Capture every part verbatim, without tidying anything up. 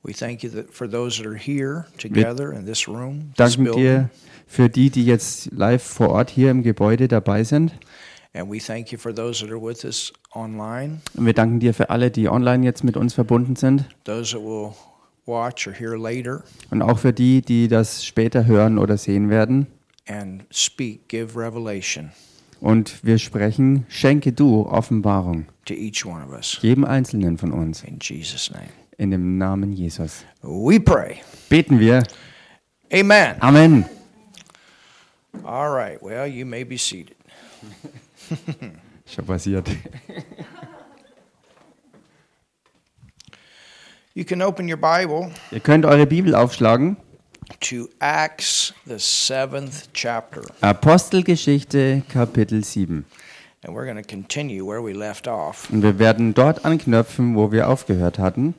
We thank you that for those that are here together in this room. Danken dir für die, die jetzt live vor Ort hier im Gebäude dabei sind. And we thank you for those that are with us online. Und wir danken dir für alle, die online jetzt mit uns verbunden sind. Those that will watch or hear later. Und auch für die, die das später hören oder sehen werden. And speak, give revelation. Und wir sprechen, schenke du Offenbarung. To each one of us. Jedem Einzelnen von uns. In Jesus' name. In dem Namen Jesus. We pray. Beten wir. Amen. Amen. All right. Well, you may be seated. Schon passiert. You can open your Bible. Ihr könnt eure Bibel aufschlagen. To Acts, the seventh chapter. Apostelgeschichte, Kapitel sieben. And we're going to continue where we left off. Und wir werden dort anknüpfen, wo wir aufgehört hatten.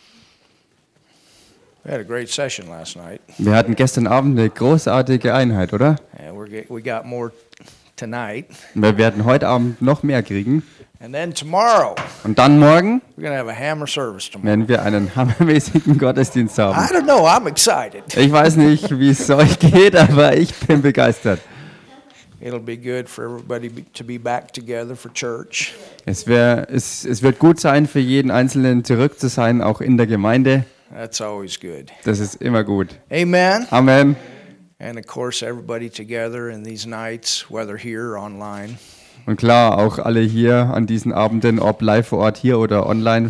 We had a great session last night. Wir hatten gestern Abend eine großartige Einheit, oder? And we're get, we got more tonight. Und wir werden heute Abend noch mehr kriegen. And then tomorrow, Und dann morgen we're going to have a hammer service tomorrow. werden wir einen hammermäßigen Gottesdienst I haben. don't know, I'm excited. Ich weiß nicht, wie es euch geht, aber ich bin begeistert. It'll be good for everybody be, to be back together for church. Es, wär, es, es wird gut sein, für jeden Einzelnen zurück zu sein, auch in der Gemeinde. That's always good. Das ist immer gut. Amen. Amen. And of course, everybody together in these nights, whether here or online. Und klar, auch alle hier an diesen Abenden, ob live vor Ort hier oder online.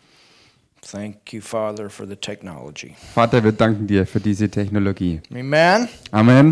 Thank you, Father, for the technology. Vater, wir danken dir für diese Technologie. Amen. Amen.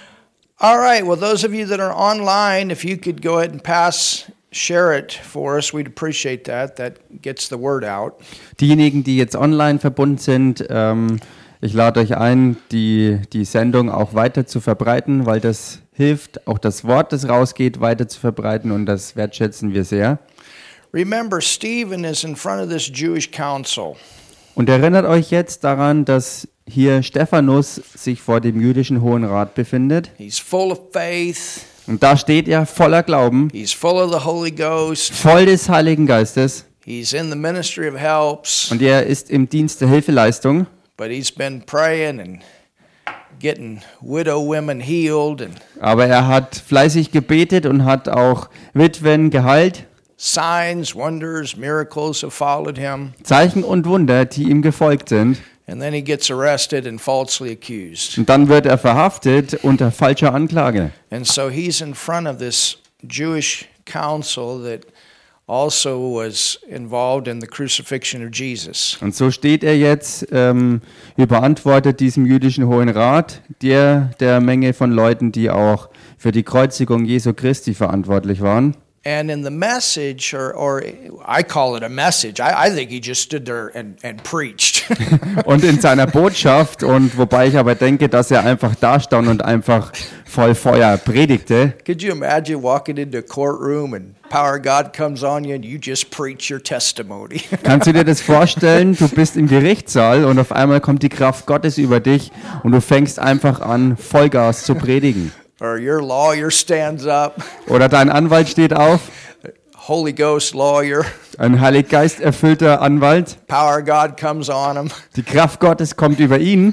All right. Well, those of you that are online, if you could go ahead and pass, share it for us, we'd appreciate that. That gets the word out. Diejenigen, die jetzt online verbunden sind, ähm, ich lade euch ein, die, die Sendung auch weiter zu verbreiten, weil das hilft, auch das Wort, das rausgeht, weiter zu verbreiten und das wertschätzen wir sehr. Remember, Stephen is in front of this Jewish council. Und erinnert euch jetzt daran, dass hier Stephanus sich vor dem jüdischen Hohen Rat befindet. He's full of faith. Und da steht er voller Glauben, He's full of the Holy Ghost. voll des Heiligen Geistes. He's in the ministry of helps. Und er ist im Dienst der Hilfeleistung. But he's been praying and getting widow women healed and Aber er hat fleißig gebetet und hat auch Witwen geheilt. signs, wonders, miracles have followed him. Zeichen und Wunder, die ihm gefolgt sind. And then he gets arrested and falsely accused. Und dann wird er verhaftet unter falscher Anklage. And so he's in front of this Jewish council that also was involved in the crucifixion of Jesus. Und so steht er jetzt ähm, überantwortet diesem jüdischen Hohen Rat, der der Menge von Leuten, die auch für die Kreuzigung Jesu Christi verantwortlich waren. And in the message, or, or I call it a message, I, I think he just stood there and, and preached. Und in seiner Botschaft, und wobei ich aber denke, dass er einfach da stand und einfach voll Feuer predigte. Could you imagine walking into a courtroom and power of God comes on you and you just preach your testimony? Kannst du dir das vorstellen? Du bist im Gerichtssaal und auf einmal kommt die Kraft Gottes über dich und du fängst einfach an, Vollgas zu predigen. Or your lawyer stands up, Oder dein Anwalt steht auf, Holy Ghost lawyer, ein Heilig Geist erfüllter Anwalt. power of God comes on him, Die Kraft Gottes kommt über ihn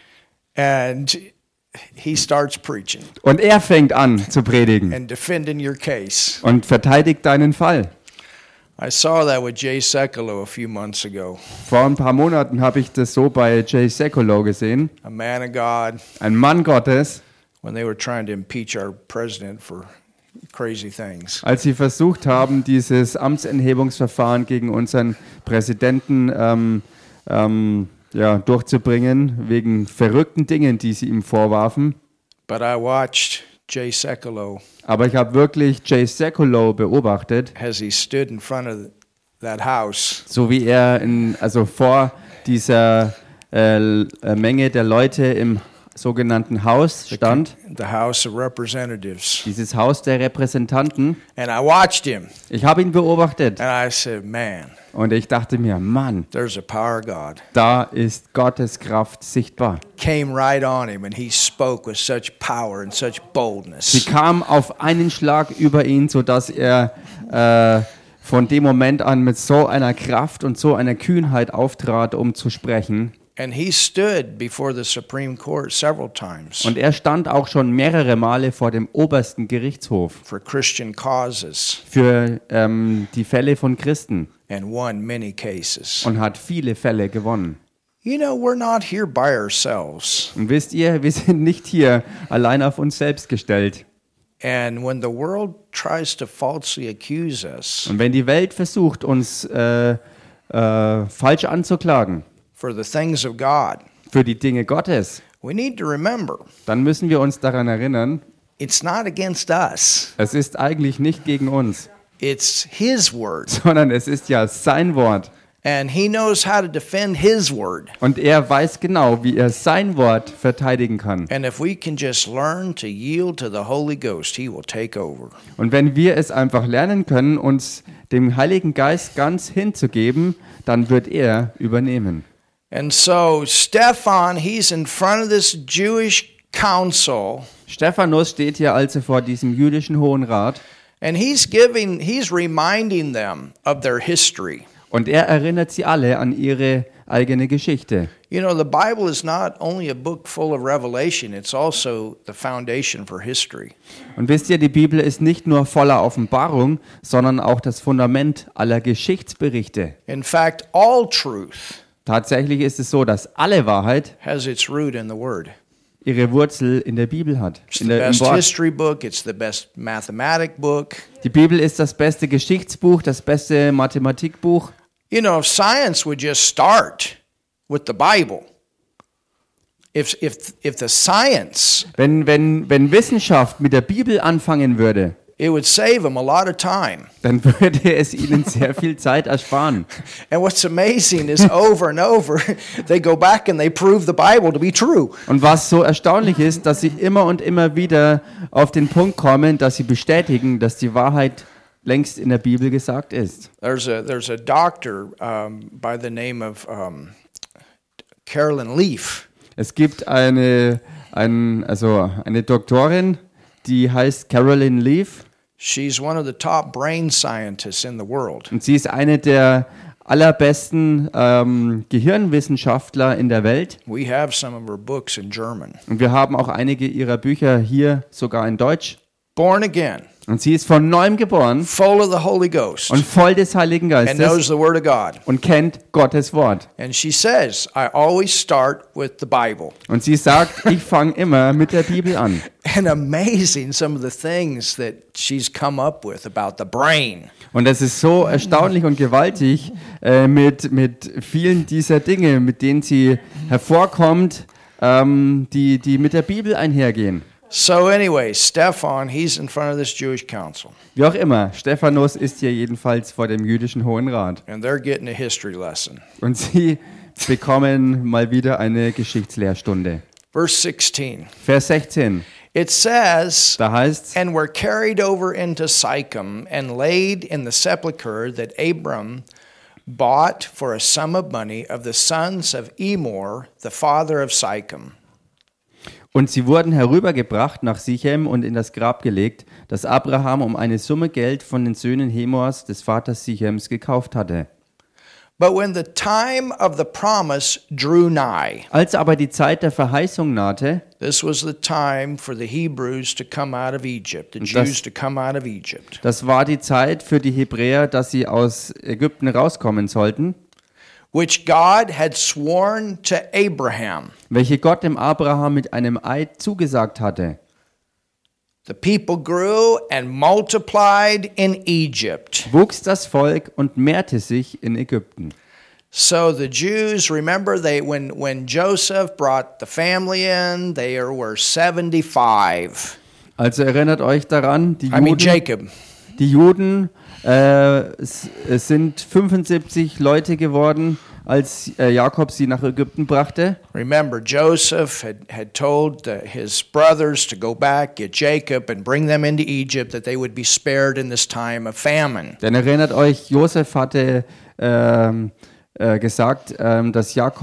and he starts preaching und er fängt an zu predigen and defending your case. und verteidigt deinen Fall. I saw that with Jay Sekulow a few months ago, Vor ein paar Monaten habe ich das so bei Jay Sekulow gesehen. a man of God, Ein Mann Gottes, when they were trying to impeach our president for crazy things. als sie versucht haben, dieses Amtsenthebungsverfahren gegen unseren Präsidenten ähm, ähm, ja, durchzubringen, wegen verrückten Dingen, die sie ihm vorwarfen. But I watched Jay Sekulow Aber ich habe wirklich Jay Sekulow beobachtet, as he stood in front of that house, so wie er in, also vor dieser äh, Menge der Leute im sogenannten Haus stand, the House of Representatives. dieses Haus der Repräsentanten. And I watched him, Ich habe ihn beobachtet and I said, man, und ich dachte mir, Mann, there's a power of God. da ist Gottes Kraft sichtbar. Came right on him, and he spoke with such power and such Sie boldness. kam auf einen Schlag über ihn, sodass er äh, von dem Moment an mit so einer Kraft und so einer Kühnheit auftrat, um zu sprechen. And he stood before the Supreme Court several times Und er stand auch schon mehrere Male vor dem obersten Gerichtshof for Christian causes für ähm, die Fälle von Christen and won many cases. und hat viele Fälle gewonnen. You know, we're not here by ourselves. Und wisst ihr, wir sind nicht hier allein auf uns selbst gestellt. And when the world tries to falsely accuse us Und wenn die Welt versucht, uns äh, äh, falsch anzuklagen for the things of God, für die Dinge Gottes, we need to remember dann müssen wir uns daran erinnern, it's not against us. es ist eigentlich nicht gegen uns, It's his word. sondern es ist ja sein Wort. And he knows how to defend his word. Und er weiß genau, wie er sein Wort verteidigen kann. And if we can just learn to yield to the Holy Ghost, he will take over. Und wenn wir es einfach lernen können, uns dem Heiligen Geist ganz hinzugeben, dann wird er übernehmen. And so Stephan, he's in front of this Jewish council, Stephanus steht hier also vor diesem jüdischen Hohen Rat and he's giving, he's reminding them of their history. und er erinnert sie alle an ihre eigene Geschichte. You know, the Bible is not only a book full of revelation, it's also the foundation for history. Und wisst ihr, die Bibel ist nicht nur voller Offenbarung, sondern auch das Fundament aller Geschichtsberichte. In fact, all truth Tatsächlich ist es so, dass alle Wahrheit has its root in the Word. ihre Wurzel in der Bibel hat, It's in the der, im best Wort. history book, it's the best mathematic book. Die Bibel ist das beste Geschichtsbuch, das beste Mathematikbuch. You know, if science would just start with the Bible, if, if, if the science, Wenn, wenn, wenn Wissenschaft mit der Bibel anfangen würde, it would save them a lot of time. dann würde es ihnen sehr viel Zeit ersparen. And what's amazing is over and over, they go back and they prove the Bible to be true. Und was so erstaunlich ist, dass sie immer und immer wieder auf den Punkt kommen, dass sie bestätigen, dass die Wahrheit längst in der Bibel gesagt ist. There's a, there's a doctor um, by the name of um, Carolyn Leaf. Es gibt eine, ein, also eine Doktorin, die heißt Carolyn Leaf. She's one of the top brain scientists in the world. Und sie ist eine der allerbesten ähm, Gehirnwissenschaftler in der Welt. We have some of her books in German. Und wir haben auch einige ihrer Bücher hier sogar in Deutsch. Born again, Und sie ist von neuem geboren full of the Holy Ghost, und voll des Heiligen and knows Geistes the Word of God. und kennt Gottes Wort. And she says, I always start with the Bible. Und sie sagt, ich fange immer mit der Bibel an. And amazing some of the things that she's come up with about the brain. Und es ist so erstaunlich und gewaltig äh, mit, mit vielen dieser Dinge, mit denen sie hervorkommt, ähm, die, die mit der Bibel einhergehen. So anyway, Stephan, he's in front of this Jewish council, Wie auch immer, Stephanus ist hier jedenfalls vor dem jüdischen Hohen Rat. and they're getting a history lesson. Und sie bekommen mal wieder eine Geschichtslehrstunde. Verse sixteen, Vers sechzehn, it says, da heißt and were carried over into Sychem and laid in the sepulchre that Abram bought for a sum of money of the sons of Emor, the father of Sychem. und sie wurden herübergebracht nach Sichem und in das Grab gelegt, das Abraham um eine Summe Geld von den Söhnen Hemors, des Vaters Sichems, gekauft hatte. But when the time of the promise drew nigh, Als aber die Zeit der Verheißung nahte, this was the time for the Hebrews to come out of Egypt, the Das- Jews to come out of Egypt, das war die Zeit für die Hebräer, dass sie aus Ägypten rauskommen sollten, which God had sworn to Abraham. welche Gott dem Abraham mit einem Eid zugesagt hatte. The people grew and multiplied in Egypt. Wuchs das Volk und mehrte sich in Ägypten. So the Jews, remember, they when when Joseph brought the family in, they were seventy-five. Also erinnert euch daran, die I mean Juden, Jacob. die Juden äh, es, es sind fünfundsiebzig Leute geworden, als äh, Jakob sie nach Ägypten brachte. Remember, Joseph had, had told uh, his brothers to go back, get Jacob, and bring them into Egypt, that they would be spared in this time of famine. Denn erinnert euch, Josef hatte ähm, äh, gesagt, ähm, dass Jakob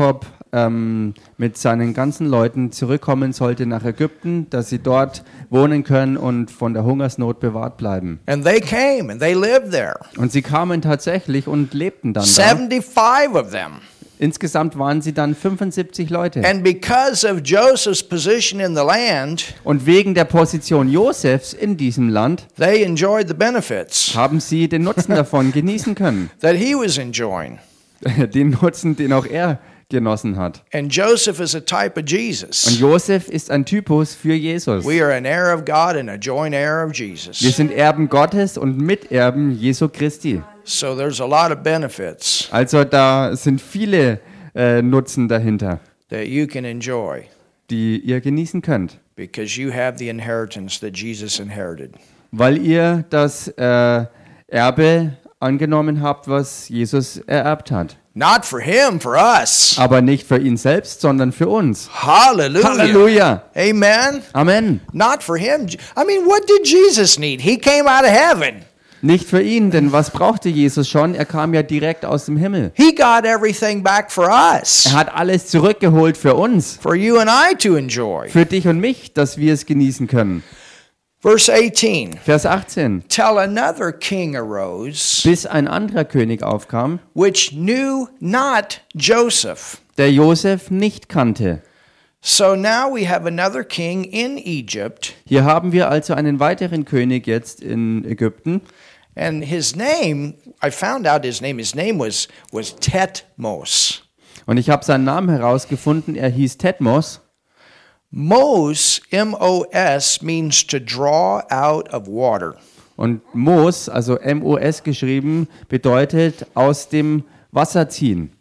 ähm, mit seinen ganzen Leuten zurückkommen sollte nach Ägypten, dass sie dort wohnen können und von der Hungersnot bewahrt bleiben. And they came and they lived there. Und sie kamen tatsächlich und lebten dann da. seventy-five of them. Insgesamt waren sie dann fünfundsiebzig Leute. And because of Joseph's position in the land, Und wegen der Position Josefs in diesem Land they enjoyed the benefits haben sie den Nutzen davon genießen können. that he was enjoying. Den Nutzen, den auch er genossen hat. And Joseph is a type of Und Jesus. Josef ist ein Typus für Jesus. We are an heir of God and a joint heir of Wir Jesus. sind Erben Gottes und Miterben Jesu Christi. So there's a lot of benefits Also da sind viele äh, Nutzen dahinter, that you can enjoy die ihr genießen könnt, because you have the inheritance that Jesus inherited. weil ihr das äh, Erbe angenommen habt, was Jesus ererbt hat. Not for him, for us. Aber nicht für ihn selbst, sondern für uns. Hallelujah. Halleluja. Amen. Amen. Not for him. I mean, what did Jesus need? He came out of heaven. Nicht für ihn, denn was brauchte Jesus schon? Er kam ja direkt aus dem Himmel. He got everything back for us, Er hat alles zurückgeholt für uns, for you and I to enjoy. für dich und mich, dass wir es genießen können. Verse eighteen. Vers achtzehn. Till another king arose, Bis ein anderer König aufkam, which knew not Joseph. der Josef nicht kannte. So now we have another king in Egypt, Hier haben wir also einen weiteren König jetzt in Ägypten. and his name, I found out his name, his name was, was Tetmos. Und ich habe seinen Namen herausgefunden, er hieß Tetmos. Mos, M O S, means to draw out of water. Und Mos, also M O S geschrieben, bedeutet aus dem Wasser ziehen.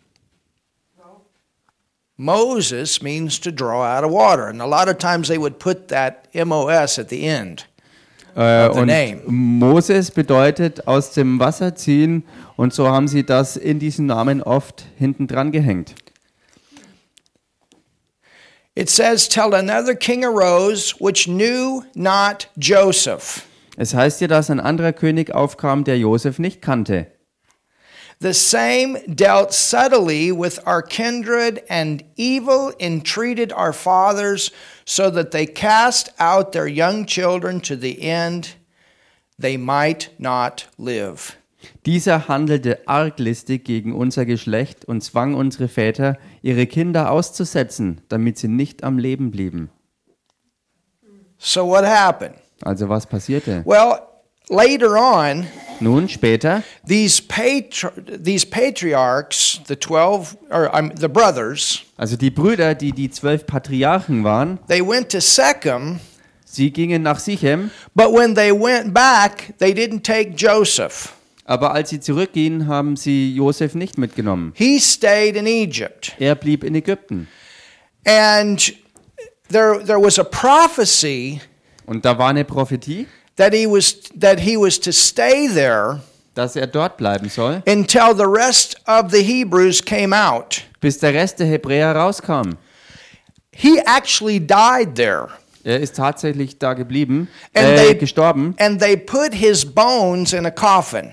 Moses means to draw out of water. And a lot of times they would put that M O S at the end. Äh, Of the und name. Moses bedeutet aus dem Wasser ziehen und so haben sie das in diesem Namen oft hinten dran gehängt. It says, till another king arose, which knew not Joseph. Es heißt hier, dass ein anderer König aufkam, der Josef nicht kannte. The same dealt subtly with our kindred and evil entreated our fathers, so that they cast out their young children to the end they might not live. Dieser handelte arglistig gegen unser Geschlecht und zwang unsere Väter, ihre Kinder auszusetzen, damit sie nicht am Leben blieben. So what happened? Also was passierte? Well, later on, Nun, später, these patri- these patriarchs, the twelve or um, the brothers, also die Brüder, die die zwölf Patriarchen waren, they went to Shechem, sie gingen nach Sichem, but when they went back, they didn't take Joseph. aber als sie zurückgingen, haben sie Josef nicht mitgenommen. He stayed in Egypt. Er blieb in Ägypten. And there there was a prophecy Und da war eine Prophetie, that he was that he was to stay there dass er dort bleiben soll, until the rest of the Hebrews came out. bis der Rest der Hebräer rauskam. He actually died there. Er ist tatsächlich da geblieben, And äh, they- gestorben. And they put his bones in a coffin.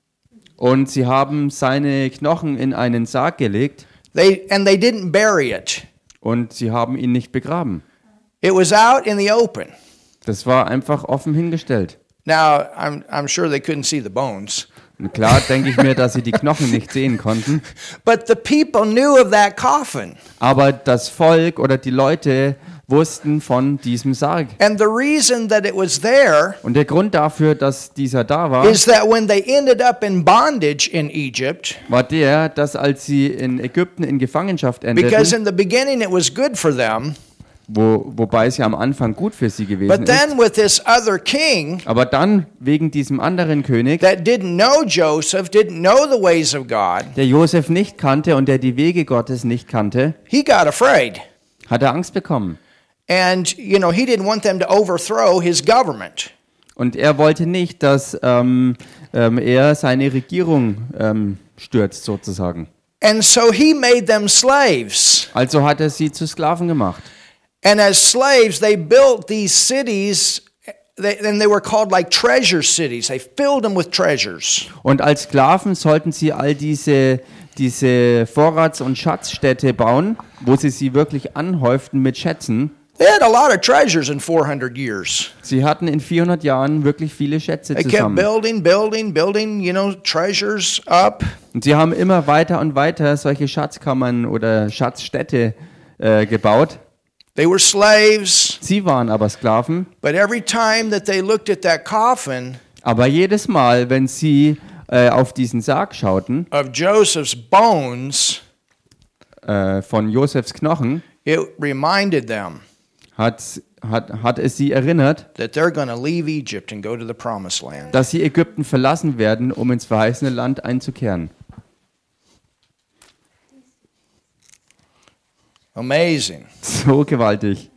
Und sie haben seine Knochen in einen Sarg gelegt They and they didn't bury it. und sie haben ihn nicht begraben. It was out in the open. Das war einfach offen hingestellt. Now, I'm I'm sure they couldn't see the bones, Und klar denke ich mir, dass sie die Knochen nicht sehen konnten. but the people knew of that coffin. Aber das Volk oder die Leute wussten von diesem Sarg. And the reason that it was there Und der Grund dafür, dass dieser da war, is that when they ended up in bondage in Egypt, war der, dass als sie in Ägypten in Gefangenschaft because endeten, in the beginning it was good for them, wo, wobei es ja am Anfang gut für sie gewesen but ist, then with this other king aber dann wegen diesem anderen König, that didn't know Joseph, didn't know the ways of God, der Josef nicht kannte und der die Wege Gottes nicht kannte, he got afraid. hat er Angst bekommen. And, you know, he didn't want them to overthrow his government. Und er wollte nicht, dass ähm, ähm, er seine Regierung ähm, stürzt, sozusagen. And so he made them slaves. Also hat er sie zu Sklaven gemacht. And as slaves, they built these cities, they, and they were called like treasure cities. They filled them with treasures. Und als Sklaven sollten sie all diese, diese Vorrats- und Schatzstätte bauen, wo sie sie wirklich anhäuften mit Schätzen. They had a lot of treasures in four hundred years. Sie hatten in vierhundert Jahren wirklich viele Schätze They kept zusammen. building, building, building, you know, treasures up. Und sie haben immer weiter und weiter solche Schatzkammern oder Schatzstädte äh, gebaut. They were slaves, Sie waren aber Sklaven. but every time that they looked at that coffin Aber jedes Mal, wenn sie äh, auf diesen Sarg schauten, of Joseph's bones, äh, von Josefs Knochen, it reminded them hat, hat, hat es sie erinnert, that they're going to leave Egypt and go to the promised land. dass sie Ägypten verlassen werden, um ins verheißene Land einzukehren. Amazing. So gewaltig.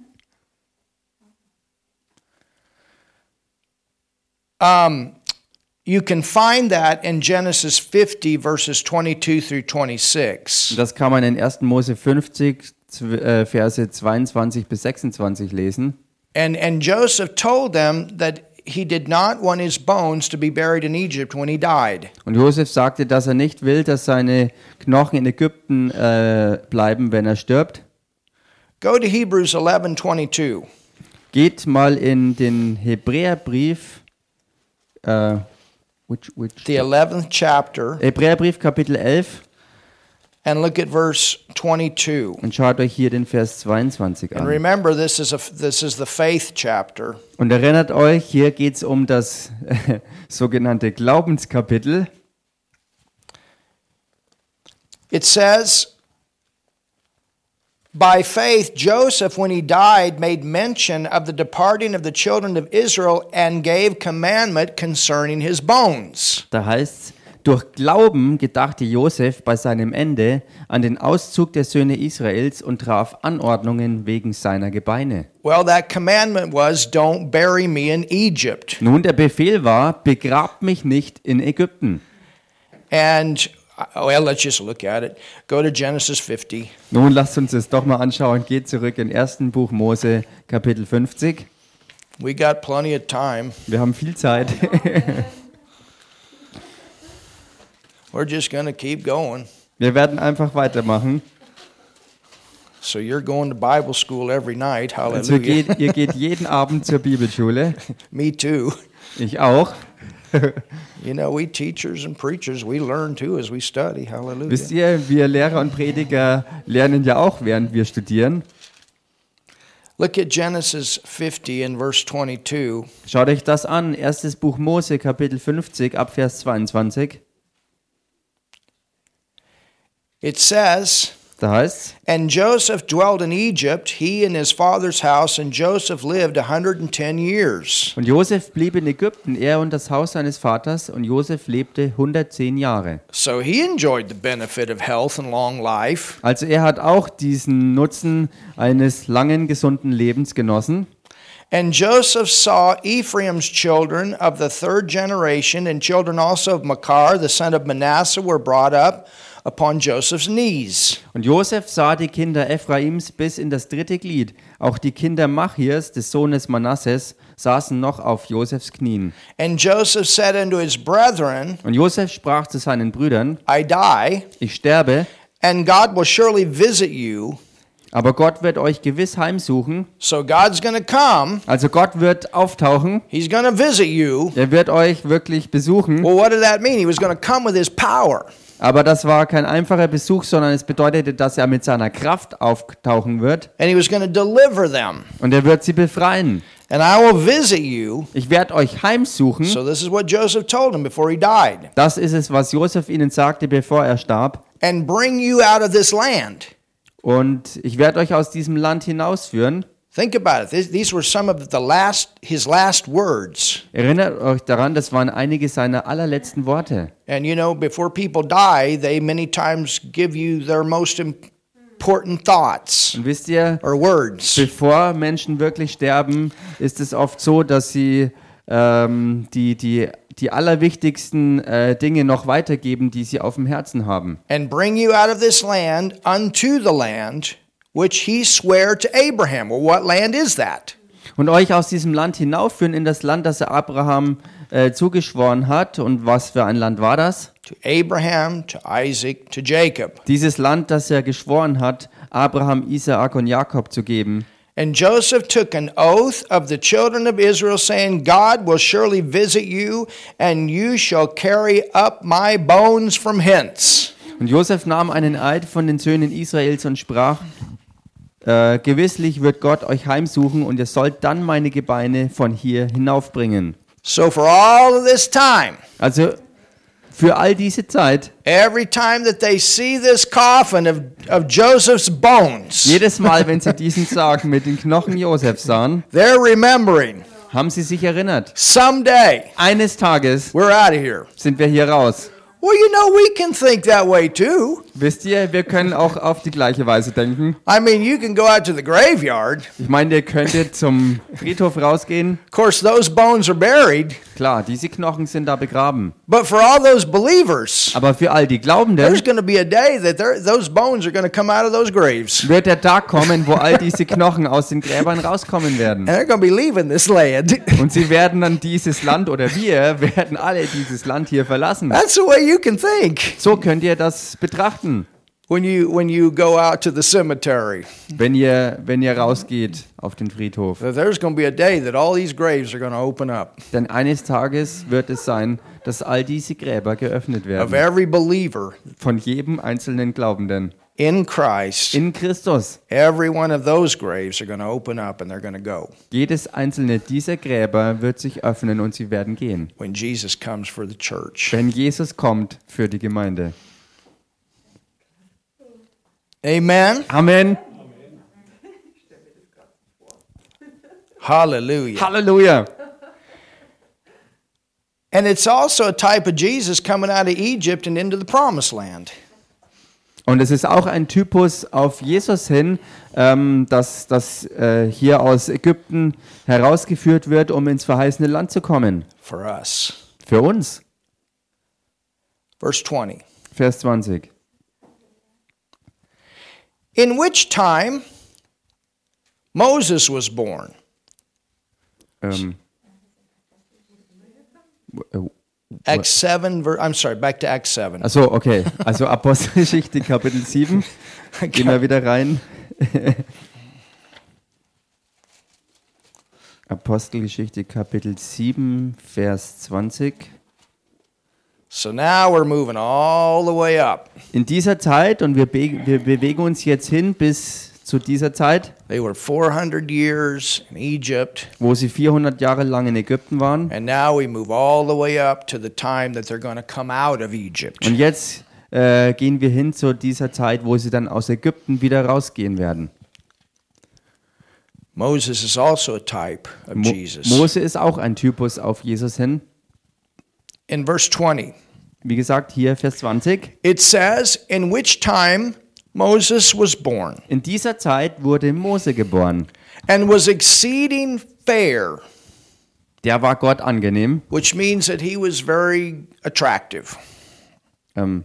Um, you can find that in Genesis fifty, verses twenty-two through twenty-six. Das kann man in ersten Mose fünfzig, zw- äh, Verse zweiundzwanzig bis sechsundzwanzig lesen. And, and Joseph told them that he did not want his bones to be buried in Egypt when he died. Und Josef sagte, dass er nicht will, dass seine Knochen in Ägypten äh, bleiben, wenn er stirbt. Go to Hebrews eleven twenty-two. Geht mal in den Hebräerbrief, äh, which, which, The eleventh chapter, Hebräerbrief Kapitel elf, and look at verse twenty-two. und schaut euch hier den Vers zweiundzwanzig And an. remember, this is a this is the faith chapter. Und erinnert euch, hier geht es um das äh, sogenannte Glaubenskapitel. It says, by faith, Joseph, when he died, made mention of the departing of the children of Israel and gave commandment concerning his bones. Da heißt es, durch Glauben gedachte Josef bei seinem Ende an den Auszug der Söhne Israels und traf Anordnungen wegen seiner Gebeine. Well, that commandment was, don't bury me in Egypt. Nun, der Befehl war, begrabt mich nicht in Ägypten. And, uh, well, let's just look at it. Go to Genesis fifty. Nun, lasst uns das doch mal anschauen. Geht zurück in ersten Buch Mose, Kapitel fünfzig. We got plenty of time. Wir haben viel Zeit. We're just going to keep going. Wir werden einfach weitermachen. So you're going to Bible school every night. Also Hallelujah. geht, ihr geht jeden Abend zur Bibelschule. Me too. Ich auch. You know, we teachers and preachers, we learn too as we study. Hallelujah. Wisst ihr, wir Lehrer und Prediger lernen ja auch, während wir studieren. Look at Genesis fifty and verse twenty-two. Schaut euch das an. Erstes Buch Mose, Kapitel fünfzig, ab Vers zweiundzwanzig. It says, Da heißt and Joseph dwelt in Egypt, he and his father's house, and Joseph lived a hundred and ten years. und Josef blieb in Ägypten, er und das Haus seines Vaters, und Josef lebte hundertzehn Jahre. So he enjoyed the benefit of health and long life. Also er hat auch diesen Nutzen eines langen, gesunden Lebens genossen. And Joseph saw Ephraim's children of the third generation, and children also of Machir, the son of Manasseh, were brought up upon Joseph's knees. Und Josef sah die Kinder Ephraims bis in das dritte Glied. Auch die Kinder Machirs, des Sohnes Manasses, saßen noch auf Josefs Knien. And Joseph said unto his brethren, Und Josef sprach zu seinen Brüdern, I die, ich sterbe, and God will surely visit you. aber Gott wird euch gewiss heimsuchen. So God's going to come. Also Gott wird auftauchen, He's going to visit you. er wird euch wirklich besuchen. Well, what did that mean? He was going to come with his power. Aber das war kein einfacher Besuch, sondern es bedeutete, dass er mit seiner Kraft auftauchen wird And he was going to deliver them. und er wird sie befreien. And I will visit you. Ich werde euch heimsuchen. So this is what Joseph told him before he died. Das ist es, was Josef ihnen sagte, bevor er starb. And bring you out of this land. Und ich werde euch aus diesem Land hinausführen. Think about it. These, these were some of the last, his last words. Erinnert euch daran, das waren einige seiner allerletzten Worte. And you know, before people die, they many times give you their most important thoughts Und wisst ihr, or words. bevor Menschen wirklich sterben, ist es oft so, dass sie ähm, die, die, die allerwichtigsten äh, Dinge noch weitergeben, die sie auf dem Herzen haben. And bring you out of this land unto the land which he sware to Abraham. Well, what land is that? Und euch aus diesem Land hinaufführen in das Land, das er Abraham äh, zugeschworen hat. Und was für ein Land war das? To Abraham, to Isaac, to Jacob. Dieses Land, das er geschworen hat, Abraham, Isaak und Jakob zu geben. And Joseph took an oath of the children of Israel, saying, God will surely visit you, and you shall carry up my bones from hence. Und Josef nahm einen Eid von den Söhnen Israels und sprach, äh, gewisslich wird Gott euch heimsuchen und ihr sollt dann meine Gebeine von hier hinaufbringen. So for all of this time, Also für all diese Zeit, every time that they see this coffin of, of Joseph's bones, jedes Mal, wenn sie diesen Sarg mit den Knochen Josefs sahen, they're remembering, haben sie sich erinnert, someday eines Tages we're out of here. sind wir hier raus. Well, you know, we can think that way too. Wisst ihr, wir können auch auf die gleiche Weise denken. I mean, you can go out to the graveyard. Ich meine, ihr könntet zum Friedhof rausgehen. Of course, those bones are buried. Klar, diese Knochen sind da begraben. But for all those believers, Aber für all die Glaubenden there's going to be a day that they're- those bones are going to come out of those graves. wird der Tag kommen, wo all diese Knochen aus den Gräbern rauskommen werden. And they're going to be leaving this land. Und sie werden dann dieses Land, oder wir werden alle dieses Land hier verlassen. That's the way you can think So könnt ihr das betrachten, when you when you go out to the cemetery. wenn ihr, wenn ihr rausgeht auf den Friedhof. That there's going to be a day that all these graves are going to open up Denn eines Tages wird es sein, dass all diese Gräber geöffnet of werden. every believer Von jedem einzelnen Glaubenden. in Christ. In Christus. Every one of those graves are going to open up and they're going to go Jedes einzelne dieser Gräber wird sich öffnen und sie werden gehen. when Jesus comes for the church. Wenn Jesus kommt für die Gemeinde. Amen. Amen. Hallelujah. Halleluja. And it's also a type of Jesus coming out of Egypt and into the promised land. Und es ist auch ein Typus auf Jesus hin, ähm, dass das äh, hier aus Ägypten herausgeführt wird, um ins verheißene Land zu kommen. For us. Für uns. Verse twenty. Vers zwanzig. In which time Moses was born. Ähm, äh, Acts seven, ver- I'm sorry, back to Acts seven. Achso, okay. Also Apostelgeschichte Kapitel sieben. Gehen wir wieder rein. Apostelgeschichte Kapitel sieben, Vers zwanzig. So now we're moving all the way up. In dieser Zeit, und wir, be wir bewegen uns jetzt hin bis zu dieser Zeit, They were four hundred years in Egypt, wo sie vierhundert Jahre lang in Ägypten waren. and now we move all the way up to the time that they're going to come out of Egypt. Und jetzt äh, gehen wir hin zu dieser Zeit, wo sie dann aus Ägypten wieder rausgehen werden. Moses is also a type of Mo Jesus. Mose ist auch ein Typus auf Jesus hin. In verse twenty, Wie gesagt, hier Vers zwanzig. it says, in which time Moses was born, In dieser Zeit wurde Mose geboren. and was exceeding fair, Der war Gott angenehm. which means that he was very attractive. Ähm,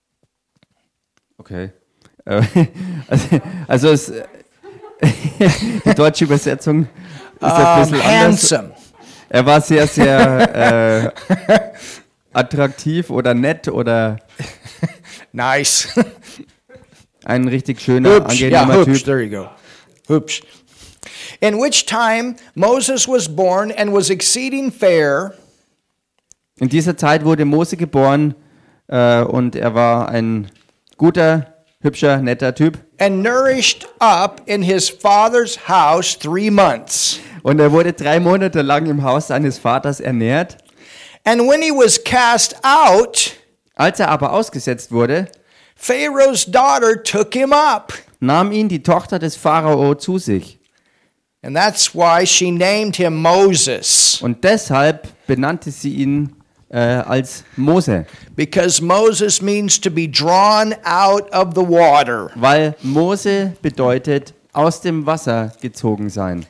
okay. Äh, also, also es, die deutsche Übersetzung ist ein Um, bisschen anders. handsome. Er war sehr, sehr äh, attraktiv oder nett oder Nice. ein richtig schöner, Hoops. Yeah, angenehmer hoops. Typ. There you go. Hoops. In which time Moses was born and was exceeding fair, In dieser Zeit wurde Mose geboren äh, und er war ein guter, hübscher, netter Typ. and nourished up in his father's house three months. Und er wurde drei Monate lang im Haus seines Vaters ernährt. And when he was cast out, Als er aber ausgesetzt wurde, Pharaoh's daughter took him up. nahm ihn die Tochter des Pharao zu sich. And that's why she named him Moses, Und deshalb benannte sie ihn äh, als Mose, because Moses means to be drawn out of the water. weil Mose bedeutet aus dem Wasser gezogen sein.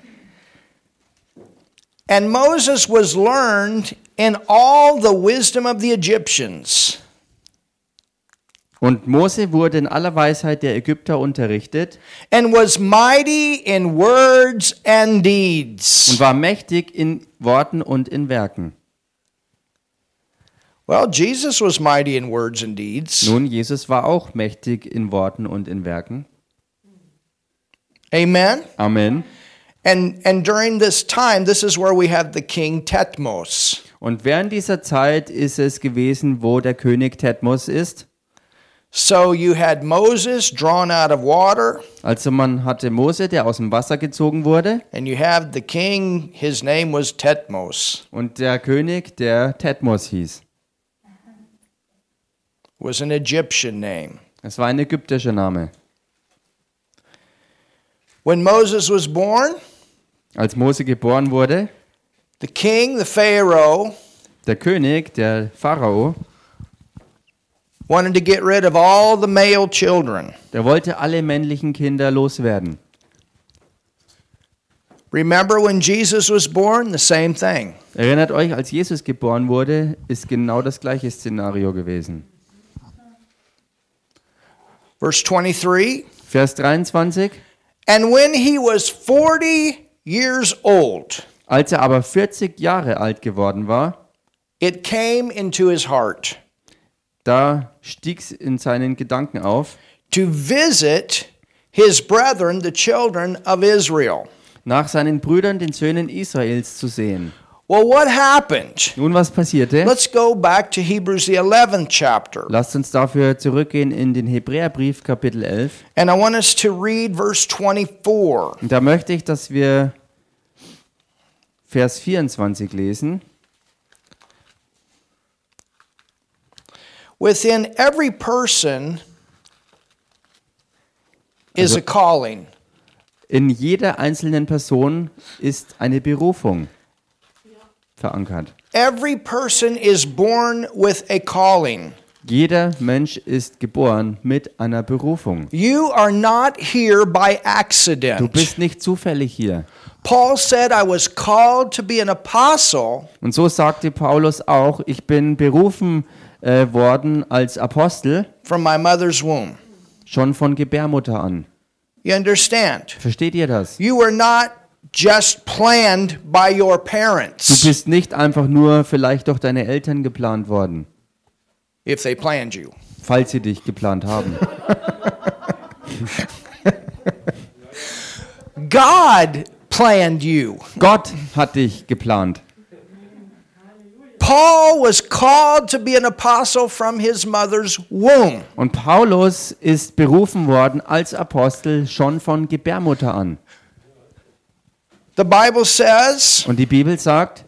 And Moses was learned in all the wisdom of the Egyptians, Und Mose wurde in aller Weisheit der Ägypter unterrichtet and was mighty in words and und deeds. war mächtig in Worten und in Werken. Well, Jesus was mighty in words and deeds. Nun, Jesus war auch mächtig in Worten und in Werken. Amen. Amen. And and during this time, this is where we have the king Thutmose. Und während dieser Zeit ist es gewesen, wo der König Thutmose ist. So you had Moses drawn out of water, Also man hatte Mose, der aus dem Wasser gezogen wurde, and you have the king, his name was Thutmose, und der König, der Thutmose hieß. was an Egyptian name. Es war ein ägyptischer Name. When Moses was born, Als Mose geboren wurde, the king, the Pharaoh, der König, der Pharao, wanted to get rid of all the male children. der wollte alle männlichen Kinder loswerden. Remember when Jesus was born? The same thing. Erinnert euch, als Jesus geboren wurde, ist genau das gleiche Szenario gewesen. Verse twenty-three. Vers dreiundzwanzig. And when he was forty years old, Als er aber vierzig Jahre alt geworden war, it came into his heart da stieg's in seinen Gedanken auf, to visit his brethren, the children of Israel. nach seinen Brüdern, den Söhnen Israels, zu sehen. Well, what happened? Nun, was passierte? Let's go back to Hebrews, the eleventh chapter. Lasst uns dafür zurückgehen in den Hebräerbrief, Kapitel elf. And I want us to read verse twenty-four. Und da möchte ich, dass wir Vers vierundzwanzig lesen. Within every person is Also- a calling. In jeder einzelnen Person ist eine Berufung verankert. Every person is born with a calling. Jeder Mensch ist geboren mit einer Berufung. You are not here by Du accident. bist nicht zufällig hier. Paul said, I was called to be an apostle Und so sagte Paulus auch, ich bin berufen äh, worden als Apostel from my mother's womb. schon von Gebärmutter an. You understand? Versteht ihr das? You were not just planned by your Du parents, bist nicht einfach nur vielleicht durch deine Eltern geplant worden, if they planned you. falls sie dich geplant haben. God planned you. Gott hat dich geplant. Paul was called to be an apostle from his mother's womb. Und Paulus ist berufen worden als Apostel schon von Gebärmutter an. The Bible says Und die Bibel sagt,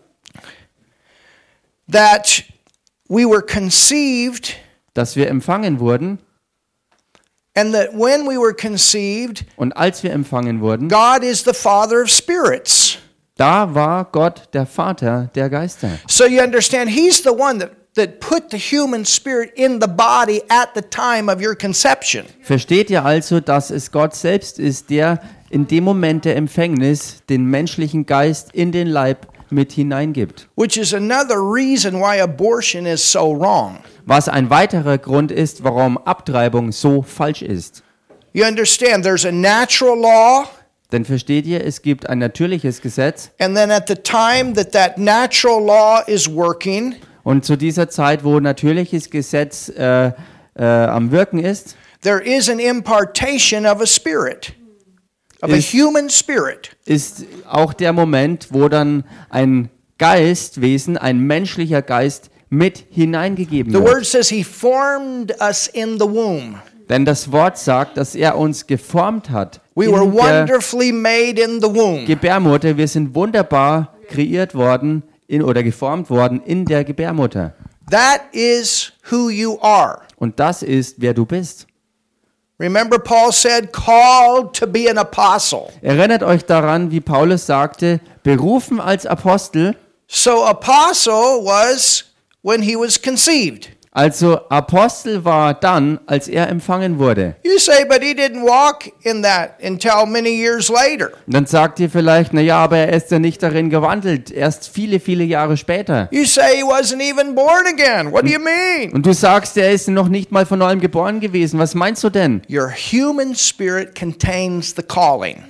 that we were conceived, dass wir empfangen wurden. and that when we were conceived, Und als wir empfangen wurden, God is the Father of spirits. da war Gott der Vater der Geister. So you understand, He's the one that, that put the human spirit in the body at the time of your conception. Versteht ihr also, dass es Gott selbst ist, der in dem Moment der Empfängnis den menschlichen Geist in den Leib mit hineingibt? Which is another reason why abortion is so wrong. Was ein weiterer Grund ist, warum Abtreibung so falsch ist. You understand, there's a natural law, Denn versteht ihr, es gibt ein natürliches Gesetz and then at the time that that natural law is working, und zu dieser Zeit, wo natürliches Gesetz äh, äh, am Wirken ist, there is an impartation of a spirit, of a Is- human spirit. ist auch der Moment, wo dann ein Geistwesen, ein menschlicher Geist mit hineingegeben The wird. word says He formed us in the womb. Denn das Wort sagt, dass er uns geformt hat. We were in der wonderfully made in the womb. Gebärmutter. Wir sind wunderbar kreiert worden in, oder geformt worden in der Gebärmutter. That is who you are. Und das ist, wer du bist. Remember, Paul said, called to be an apostle. Erinnert euch daran, wie Paulus sagte, berufen als Apostel. So, apostle was when he was conceived. Also Apostel war dann, als er empfangen wurde. You say, but he didn't walk in that until many years later. Und dann sagt ihr vielleicht, na ja, aber er ist ja nicht darin gewandelt, erst viele, viele Jahre später. You say he wasn't even born again. What do you mean? Und du sagst, er ist noch nicht mal von neuem geboren gewesen. Was meinst du denn? Your human spirit contains the calling.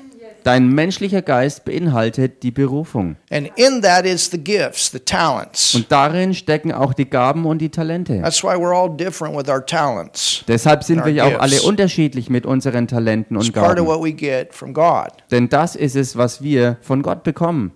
Dein menschlicher Geist beinhaltet die Berufung. And in that is the gifts, the talents. Und darin stecken auch die Gaben und die Talente. That's why we're all different with our talents. Deshalb sind wir ja auch Our alle gifts. unterschiedlich mit unseren Talenten It's und part of Gaben. what we get from God. Denn das ist es, was wir von Gott bekommen.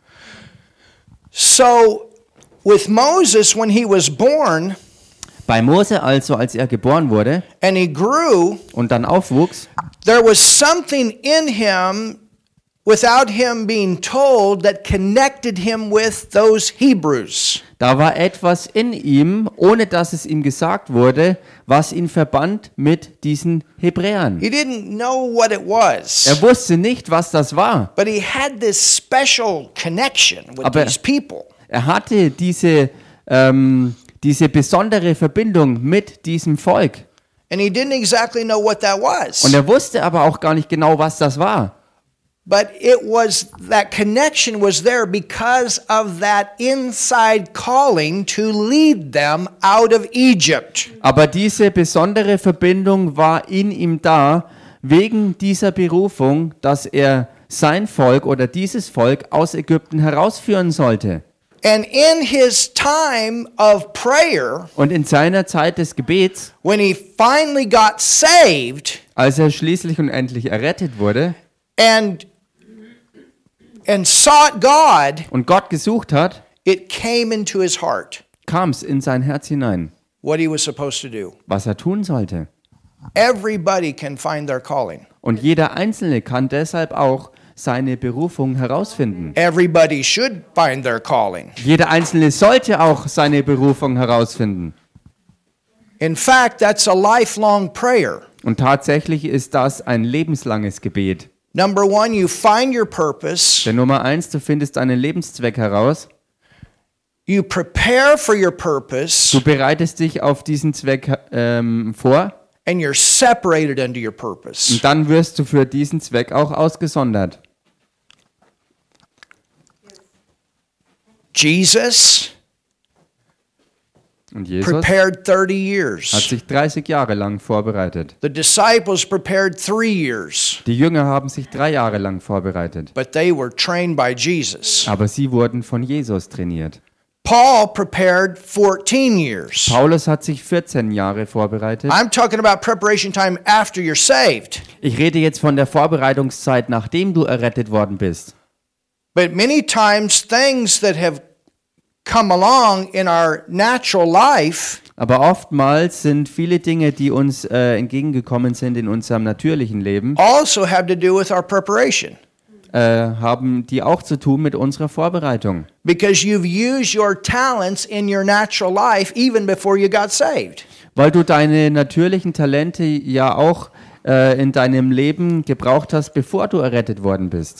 So, with Moses, when he was born Bei Mose also, als er geboren wurde and he grew, und dann aufwuchs, there was something in him without him being told that connected him with those Hebrews. da war etwas in ihm, ohne dass es ihm gesagt wurde, was ihn verband mit diesen Hebräern. He didn't know what it was, Er wusste nicht, was das war. but he had this special connection with Aber- these people. Er hatte diese, ähm, diese besondere Verbindung mit diesem Volk. And he didn't exactly know what that was. Und er wusste aber auch gar nicht genau, was das war. But it was, that connection was there because of that inside calling to lead them out of Egypt. Aber diese besondere Verbindung war in ihm da, wegen dieser Berufung, dass er sein Volk oder dieses Volk aus Ägypten herausführen sollte. And in his time of prayer, Und in seiner Zeit des Gebets, when he finally got saved als er schließlich und endlich errettet wurde and and sought God, und Gott gesucht hat, it came into his heart kam es in sein Herz hinein, what he was supposed to do. was er tun sollte. Everybody can find their calling. Und jeder Einzelne kann deshalb auch seine Berufung herausfinden. Everybody should find their calling. Jeder Einzelne sollte auch seine Berufung herausfinden. In fact, that's a lifelong prayer. Und tatsächlich ist das ein lebenslanges Gebet. Number one, you find your purpose. Denn Nummer eins, du findest deinen Lebenszweck heraus. You prepare for your Du purpose, bereitest dich auf diesen Zweck ähm, vor. and you're separated unto your purpose. Und dann wirst du für diesen Zweck auch ausgesondert. Jesus Und Jesus prepared thirty hat years. sich dreißig Jahre lang vorbereitet. The disciples prepared three years, Die Jünger haben sich drei Jahre lang vorbereitet. but they were trained by Jesus. Aber sie wurden von Jesus trainiert. Paul prepared fourteen years. Paulus hat sich vierzehn Jahre vorbereitet. I'm talking about preparation time after you're saved. Ich rede jetzt von der Vorbereitungszeit, nachdem du errettet worden bist. But many times, things that have come along in our natural life Aber oftmals sind viele Dinge, die uns äh, entgegengekommen sind in unserem natürlichen Leben, also have to do with our preparation. äh, haben die auch zu tun mit unserer Vorbereitung. Because you've used your talents in your natural life even before you got saved. Weil du deine natürlichen Talente ja auch äh, in deinem Leben gebraucht hast, bevor du errettet worden bist.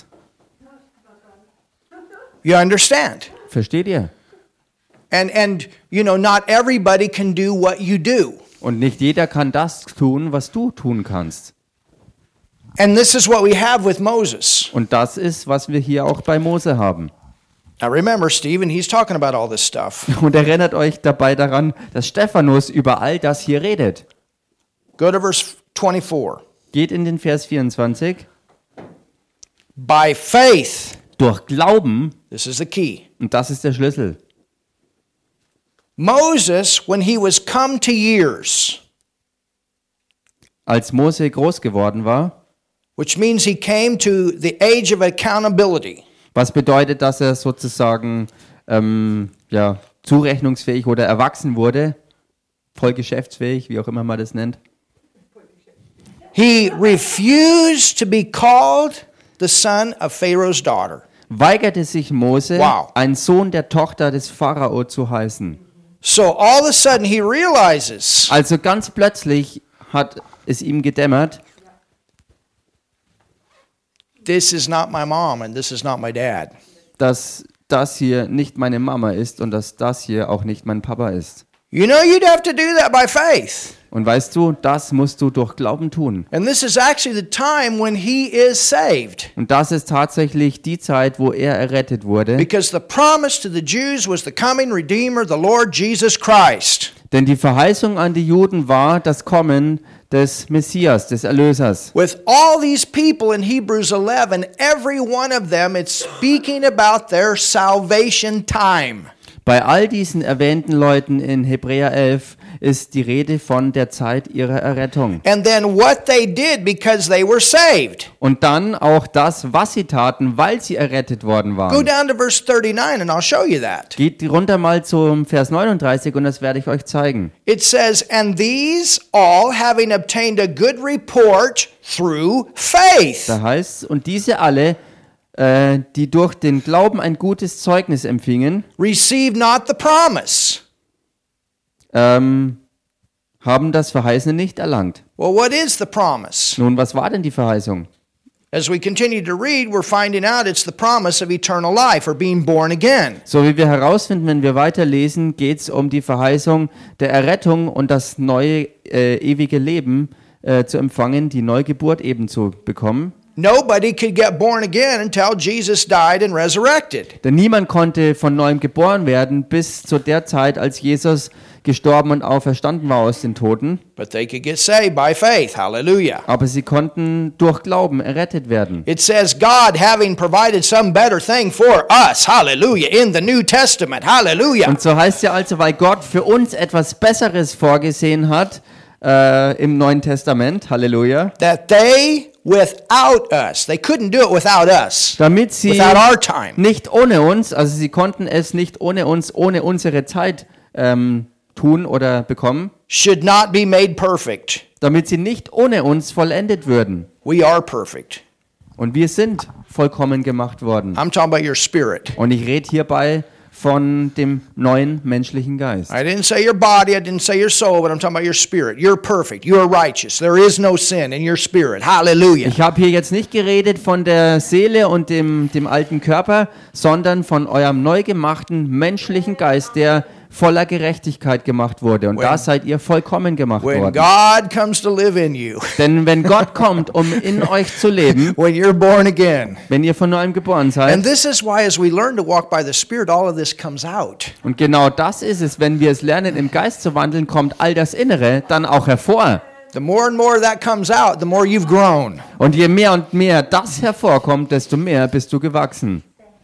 You understand? Versteht ihr? And and you know, not everybody can do what you do. Und nicht jeder kann das tun, was du tun kannst. And this is what we have with Moses. Und das ist, was wir hier auch bei Mose haben. Now remember, Stephen, he's talking about all this stuff. Und erinnert euch dabei daran, dass Stephanus über all das hier redet. Go to verse twenty-four. Geht in den Vers vierundzwanzig. By faith, Durch Glauben, this is the key. und das ist der Schlüssel. Moses, when he was come to years, Als Mose groß geworden war, which means he came to the age of accountability. was bedeutet, dass er sozusagen ähm, ja, zurechnungsfähig oder erwachsen wurde, voll geschäftsfähig, wie auch immer man das nennt. He refused to be called the son of Pharaoh's daughter. Weigerte sich Mose, Wow. ein Sohn der Tochter des Pharao zu heißen. So all of a sudden he realizes Also ganz plötzlich hat es ihm gedämmert, this is not my mom and this is not my dad. dass das hier nicht meine Mama ist und dass das hier auch nicht mein Papa ist. You know you'd have to do that by faith. Und weißt du, das musst du durch Glauben tun. And this is actually the time when he is saved. Und das ist tatsächlich die Zeit, wo er errettet wurde. Because the promise to the Jews was the coming Redeemer, the Lord Jesus Christ. Denn die Verheißung an die Juden war das Kommen des Messias, des Erlösers. With all these people in Hebrews eleven, every one of them, it's speaking about their salvation time. Bei all diesen erwähnten Leuten in Hebräer elf ist die Rede von der Zeit ihrer Errettung. And then what they did because they were saved. Und dann auch das, was sie taten, weil sie errettet worden Go waren. down to verse thirty-nine and I'll show you that. Geht runter mal zum Vers neununddreißig und das werde ich euch zeigen. It says, and these all having obtained a good report through faith. Da heißt es, und diese alle, äh, die durch den Glauben ein gutes Zeugnis empfingen, Receive not the promise. ähm, haben das Verheißene nicht erlangt. Well, what is the promise? Nun, was war denn die Verheißung? As we continue to read, we're finding out it's the promise of eternal life or being born again. So wie wir herausfinden, wenn wir weiterlesen, geht es um die Verheißung der Errettung und das neue äh, ewige Leben äh, zu empfangen, die Neugeburt eben zu bekommen. Nobody could get born again until Jesus died and resurrected. Denn niemand konnte von neuem geboren werden bis zu der Zeit, als Jesus gestorben und auferstanden war aus den Toten. But they could get saved by faith. Hallelujah. Aber sie konnten durch Glauben errettet werden. It says God having provided some better thing for us. Hallelujah. In the New Testament. Hallelujah. Und so heißt ja also, weil Gott für uns etwas Besseres vorgesehen hat äh, im Neuen Testament. Halleluja. That they without us. They couldn't do it without us. Damit sie Without our time. nicht ohne uns, also sie konnten es nicht ohne uns, ohne unsere Zeit ähm, tun oder bekommen, Should not be made perfect. damit sie nicht ohne uns vollendet würden. We are perfect. Und wir sind vollkommen gemacht worden. I'm talking about your spirit. Und ich rede hierbei von dem neuen menschlichen Geist. I didn't say your body, I didn't say your soul, but I'm talking about your spirit. You're perfect. You are righteous. There is no sin in your spirit. Hallelujah. Ich habe hier jetzt nicht geredet von der Seele und dem, dem alten Körper, sondern von eurem neu gemachten menschlichen Geist, der voller Gerechtigkeit gemacht wurde. Und When- da seid ihr vollkommen gemacht When worden. God comes to live in you, Denn wenn Gott kommt, um in euch zu leben, when you're born again, wenn ihr von neuem geboren and seid, this is why as we learn to walk by the Spirit, all of this comes out. und genau das ist es, wenn wir es lernen, im Geist zu wandeln, kommt all das Innere dann auch hervor. The more and more that comes out, the more you've grown. Und je mehr und mehr das hervorkommt, desto mehr bist du gewachsen.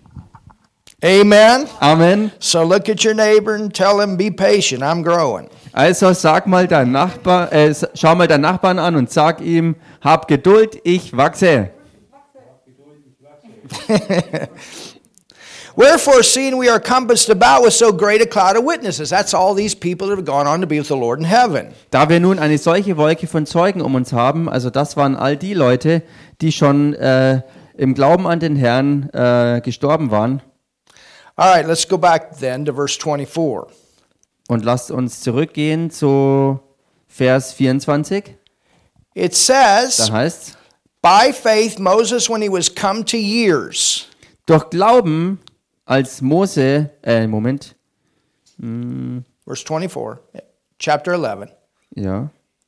Amen. Amen. So look at your neighbor and tell him, be patient, I'm growing. Also sag mal dein Nachbar, äh, s- schau mal deinen Nachbarn an und sag ihm, hab Geduld, ich wachse. Wherefore, seeing we are compassed about with so great a cloud of witnesses, that's all these people that have gone on to be with the Lord in heaven. Da wir nun eine solche Wolke von Zeugen um uns haben, also das waren all die Leute, die schon äh, im Glauben an den Herrn äh, gestorben waren. All right, let's go back then to verse twenty-four. Und lasst uns zurückgehen zu Vers vierundzwanzig. It says, Da heißt by faith Moses, when he was come to years, durch Glauben, als Mose, äh, Moment, verse twenty-four, chapter eleven. ja.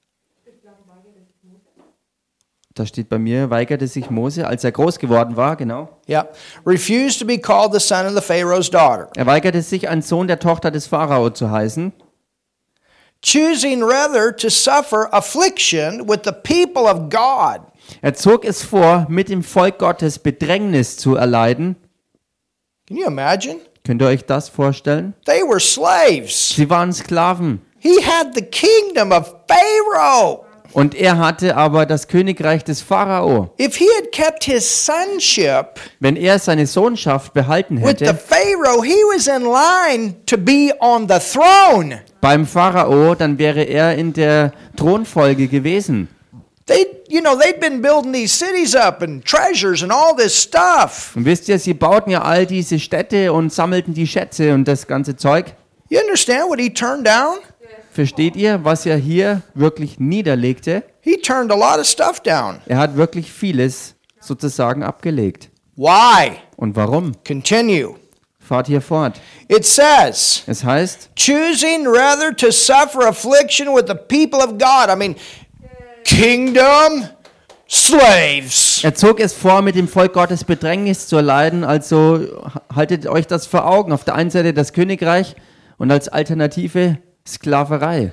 Da steht bei mir, weigerte sich Mose, als er groß geworden war, genau. Yeah, refused to be called the son of the Pharaoh's daughter, Er weigerte sich, ein Sohn der Tochter des Pharao zu heißen, choosing rather to suffer affliction with the people of God. Er zog es vor, mit dem Volk Gottes Bedrängnis zu erleiden. Can you imagine? Könnt ihr euch das vorstellen? They were slaves. Sie waren Sklaven. He had the kingdom of Pharaoh. Und er hatte aber das Königreich des Pharao. If he had kept his sonship Wenn er seine Sohnschaft behalten with the hätte, Pharaoh, he was in line to be on the throne. beim Pharao, dann wäre er in der Thronfolge gewesen. They, you know, they'd been building these cities up and treasures and all this stuff. Und wisst ihr, sie bauten ja all diese Städte und sammelten die Schätze und das ganze Zeug. You understand what he turned down? Versteht ihr, was er hier wirklich niederlegte? He turned a lot of stuff down. Er hat wirklich vieles sozusagen abgelegt. Why? Und warum? Continue. Fahrt hier fort. It says, Es heißt, choosing rather to suffer affliction with the people of God. I mean, kingdom, slaves. er zog es vor, mit dem Volk Gottes Bedrängnis zu erleiden. Also haltet euch das vor Augen. Auf der einen Seite das Königreich und als Alternative Sklaverei.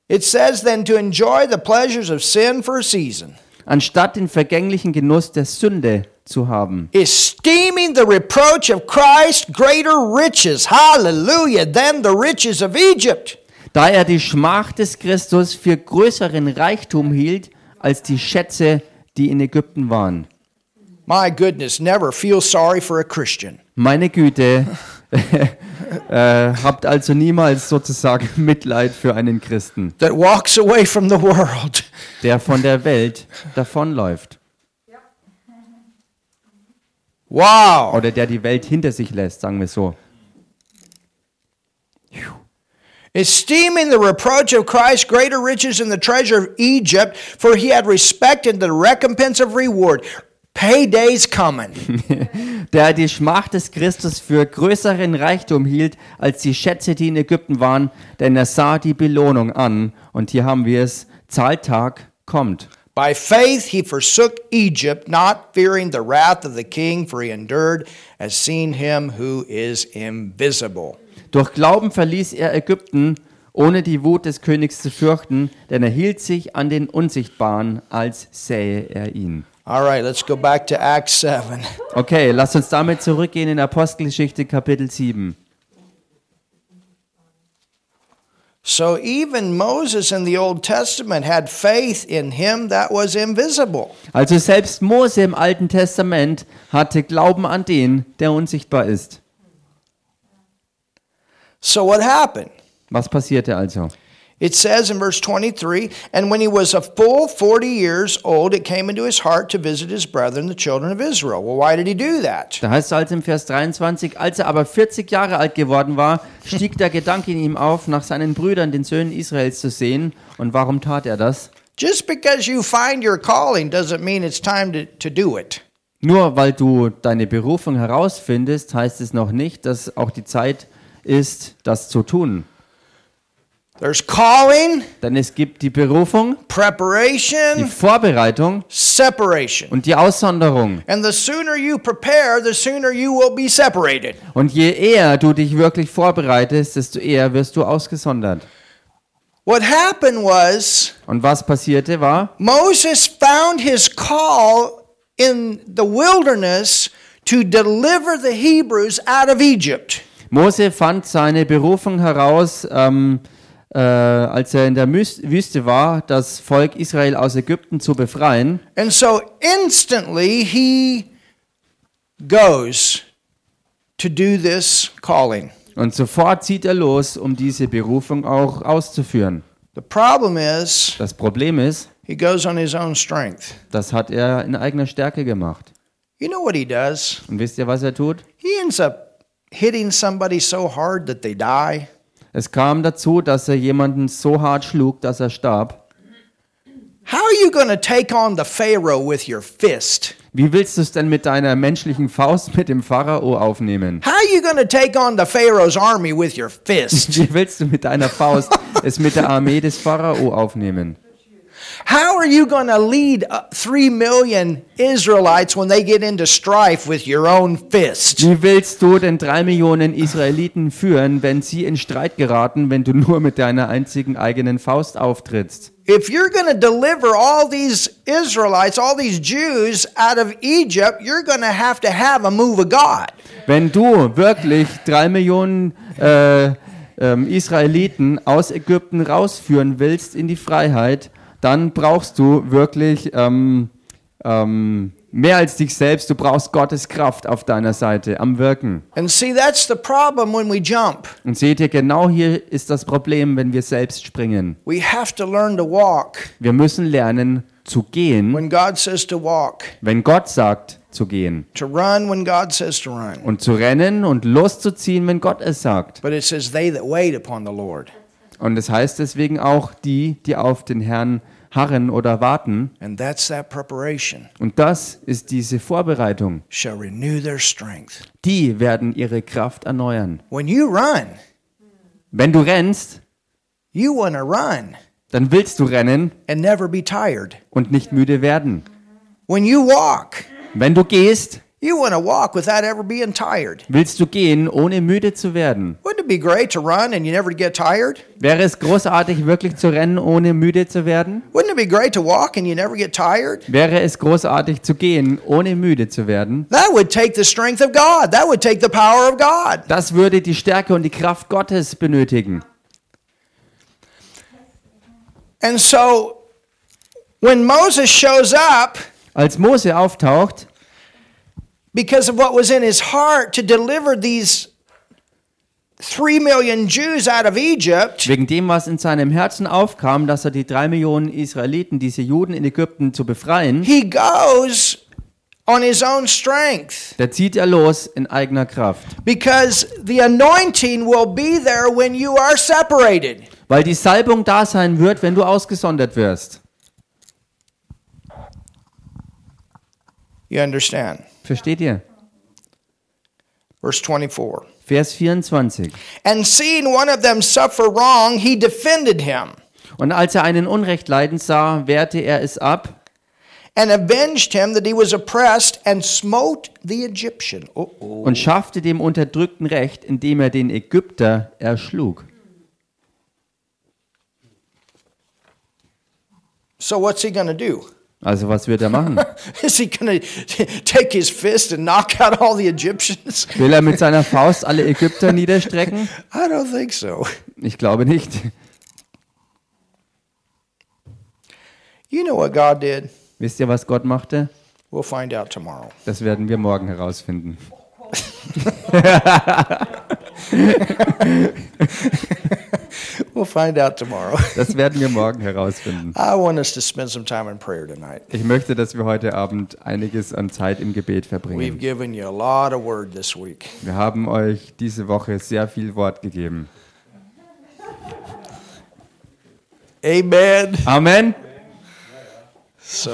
It says then to enjoy the pleasures of sin for a season, anstatt den vergänglichen Genuss der Sünde zu haben, esteeming the reproach of Christ greater riches, hallelujah, than the riches of Egypt. da er die Schmach des Christus für größeren Reichtum hielt als die Schätze, die in Ägypten waren. My goodness, never feel sorry for a Christian. Meine Güte, äh, habt also niemals sozusagen Mitleid für einen Christen, That walks away from the world. der von der Welt davonläuft Wow. oder der die Welt hinter sich lässt, sagen wir so. Esteeming the reproach of Christ greater riches than the treasure of Egypt, for he had respected the recompense of reward. Payday's coming. Der die Schmach des Christus für größeren Reichtum hielt als die Schätze, die in Ägypten waren, denn er sah die Belohnung an. Und hier haben wir es, Zahltag kommt. By faith he forsook Egypt, not fearing the wrath of the king, for he endured as seeing him who is invisible. Durch Glauben verließ er Ägypten, ohne die Wut des Königs zu fürchten, denn er hielt sich an den Unsichtbaren, als sähe er ihn. All right, let's go back to Acts seven. Okay, lasst uns damit zurückgehen in Apostelgeschichte Kapitel sieben. So even Moses in the Old Testament had faith in him that was invisible. Also selbst Mose im Alten Testament hatte Glauben an den, der unsichtbar ist. So what happened? Was passierte also? It says in verse twenty-three, and when he was a full forty years old, it came into his heart to visit his brethren, the children of Israel. Well, why did he do that? Da heißt es also im Vers dreiundzwanzig, als er aber vierzig Jahre alt geworden war, stieg der Gedanke in ihm auf, nach seinen Brüdern, den Söhnen Israels, zu sehen. Und warum tat er das? Just because you find your calling doesn't mean it's time to, to do it. Nur weil du deine Berufung herausfindest, heißt es noch nicht, dass auch die Zeit ist, das zu tun. There's calling, Denn es gibt die Berufung, die preparation, Vorbereitung separation. und die Aussonderung. And the sooner you prepare, the sooner you will be separated. Und je eher du dich wirklich vorbereitest, desto eher wirst du ausgesondert. What happened was Und was passierte war, Moses found his call in the wilderness to deliver the Hebrews out of Egypt. Mose fand seine Berufung heraus, ähm, äh, als er in der Müs- Wüste war, das Volk Israel aus Ägypten zu befreien. And so instantly he goes to do this calling. Und sofort zieht er los, um diese Berufung auch auszuführen. The problem is Das Problem ist, he goes on his own strength. das hat er in eigener Stärke gemacht. You know what he does? Und wisst ihr, was er tut? He ends up hitting somebody so hard that they die. Es kam dazu, dass er jemanden so hart schlug, dass er starb. How are you going to take on the Pharaoh with your fist? Wie willst du es denn mit deiner menschlichen Faust mit dem Pharao aufnehmen? How are you going to take on the Pharaoh's army with your fist? Wie willst du mit deiner Faust es mit der Armee des Pharao aufnehmen? How are you going to lead uh, three million Israelites when they get into strife with your own fist? Wie willst du denn drei Millionen Israeliten führen, wenn sie in Streit geraten, wenn du nur mit deiner einzigen eigenen Faust auftrittst? If you're going to deliver all these Israelites, all these Jews out of Egypt, you're going to have to have a move of God. Wenn du wirklich drei Millionen äh, ähm, Israeliten aus Ägypten rausführen willst in die Freiheit, dann brauchst du wirklich ähm, ähm, mehr als dich selbst. Du brauchst Gottes Kraft auf deiner Seite am Wirken. And see, that's the problem when we jump. Und seht ihr, genau hier ist das Problem, wenn wir selbst springen. We have to learn to walk Wir müssen lernen zu gehen, when God says to walk, wenn Gott sagt zu gehen. to run when God says to run. Und zu rennen und loszuziehen, wenn Gott es sagt. But it says, they that wait upon the Lord. Und es heißt deswegen auch die, die auf den Herrn harren oder warten. And that's that preparation. Und das ist diese Vorbereitung. Shall renew their strength. Die werden ihre Kraft erneuern. When you run, Wenn du rennst, you want to run dann willst du rennen and never be tired. und nicht müde werden. When you walk, Wenn du gehst, You want to walk without ever being tired. Willst du gehen, ohne müde zu werden? Wouldn't it be great to run and you never get tired? Wäre es großartig, wirklich zu rennen, ohne müde zu werden? Wouldn't it be great to walk and you never get tired? Wäre es großartig zu gehen, ohne müde zu werden? That would take the strength of God. That would take the power of God. Das würde die Stärke und die Kraft Gottes benötigen. And so when Moses shows up, Als Mose auftaucht, because of what was in his heart to deliver these three million Jews out of Egypt, wegen dem, was in seinem Herzen aufkam, dass er die drei Millionen Israeliten, diese Juden in Ägypten zu befreien, he goes on his own strength. da zieht er los in eigener Kraft. Because the anointing will be there when you are separated. Weil die Salbung da sein wird, wenn du ausgesondert wirst. You understand? Versteht ihr? Verse twenty-four. Vers vierundzwanzig. And seeing one of them suffer wrong, he defended him Und als er einen Unrecht leiden sah, wehrte er es ab and avenged him that he was oppressed and smote the Egyptian. Uh-oh. und schaffte dem Unterdrückten Recht, indem er den Ägypter erschlug. So what's he going to do? Also was wird er machen? Is he going to take his fist and knock out all the Egyptians? Will er mit seiner Faust alle Ägypter niederstrecken? I don't think so. Ich glaube nicht. You know what God did? Wisst ihr, was Gott machte? We'll find out tomorrow. Das werden wir morgen herausfinden. We'll find out tomorrow. Das werden wir morgen herausfinden. I want us to spend some time in prayer tonight. Ich möchte, dass wir heute Abend einiges an Zeit im Gebet We've verbringen. given you a lot of word this week. Wir haben euch diese Woche sehr viel Wort gegeben. Amen. Amen. So.